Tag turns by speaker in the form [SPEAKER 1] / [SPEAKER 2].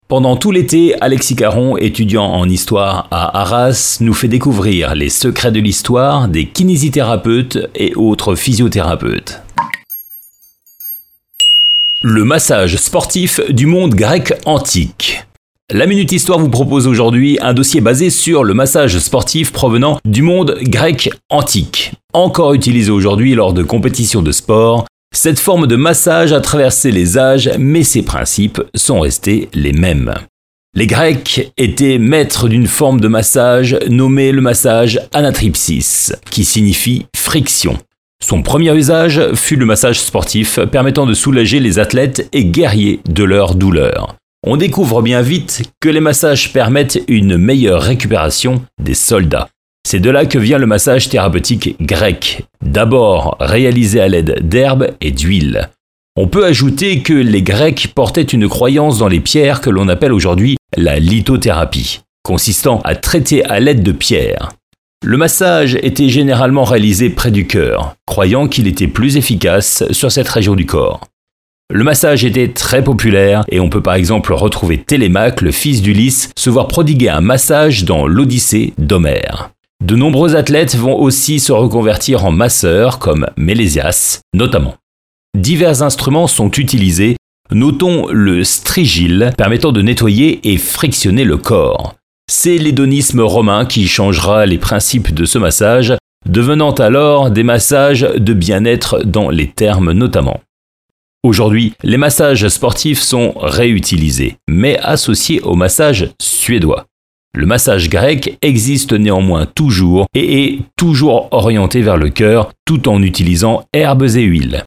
[SPEAKER 1] Pendant tout l'été, Alexis Caron, étudiant en histoire à Arras, nous fait découvrir les secrets de l'histoire des kinésithérapeutes et autres physiothérapeutes. Le massage sportif du monde grec antique. La Minute Histoire vous propose aujourd'hui un dossier basé sur le massage sportif provenant du monde grec antique. Encore utilisé aujourd'hui lors de compétitions de sport, cette forme de massage a traversé les âges, mais ses principes sont restés les mêmes. Les Grecs étaient maîtres d'une forme de massage nommée le massage anatrypsis, qui signifie friction. Son premier usage fut le massage sportif permettant de soulager les athlètes et guerriers de leur douleur. On découvre bien vite que les massages permettent une meilleure récupération des soldats. C'est de là que vient le massage thérapeutique grec, d'abord réalisé à l'aide d'herbes et d'huile. On peut ajouter que les Grecs portaient une croyance dans les pierres que l'on appelle aujourd'hui la lithothérapie, consistant à traiter à l'aide de pierres. Le massage était généralement réalisé près du cœur, croyant qu'il était plus efficace sur cette région du corps. Le massage était très populaire et on peut par exemple retrouver Télémaque, le fils d'Ulysse, se voir prodiguer un massage dans l'Odyssée d'Homère. De nombreux athlètes vont aussi se reconvertir en masseurs comme Mélésias notamment. Divers instruments sont utilisés, notons le strigile permettant de nettoyer et frictionner le corps. C'est l'hédonisme romain qui changera les principes de ce massage, devenant alors des massages de bien-être dans les termes notamment. Aujourd'hui, les massages sportifs sont réutilisés, mais associés au massage suédois. Le massage grec existe néanmoins toujours et est toujours orienté vers le cœur tout en utilisant herbes et huiles.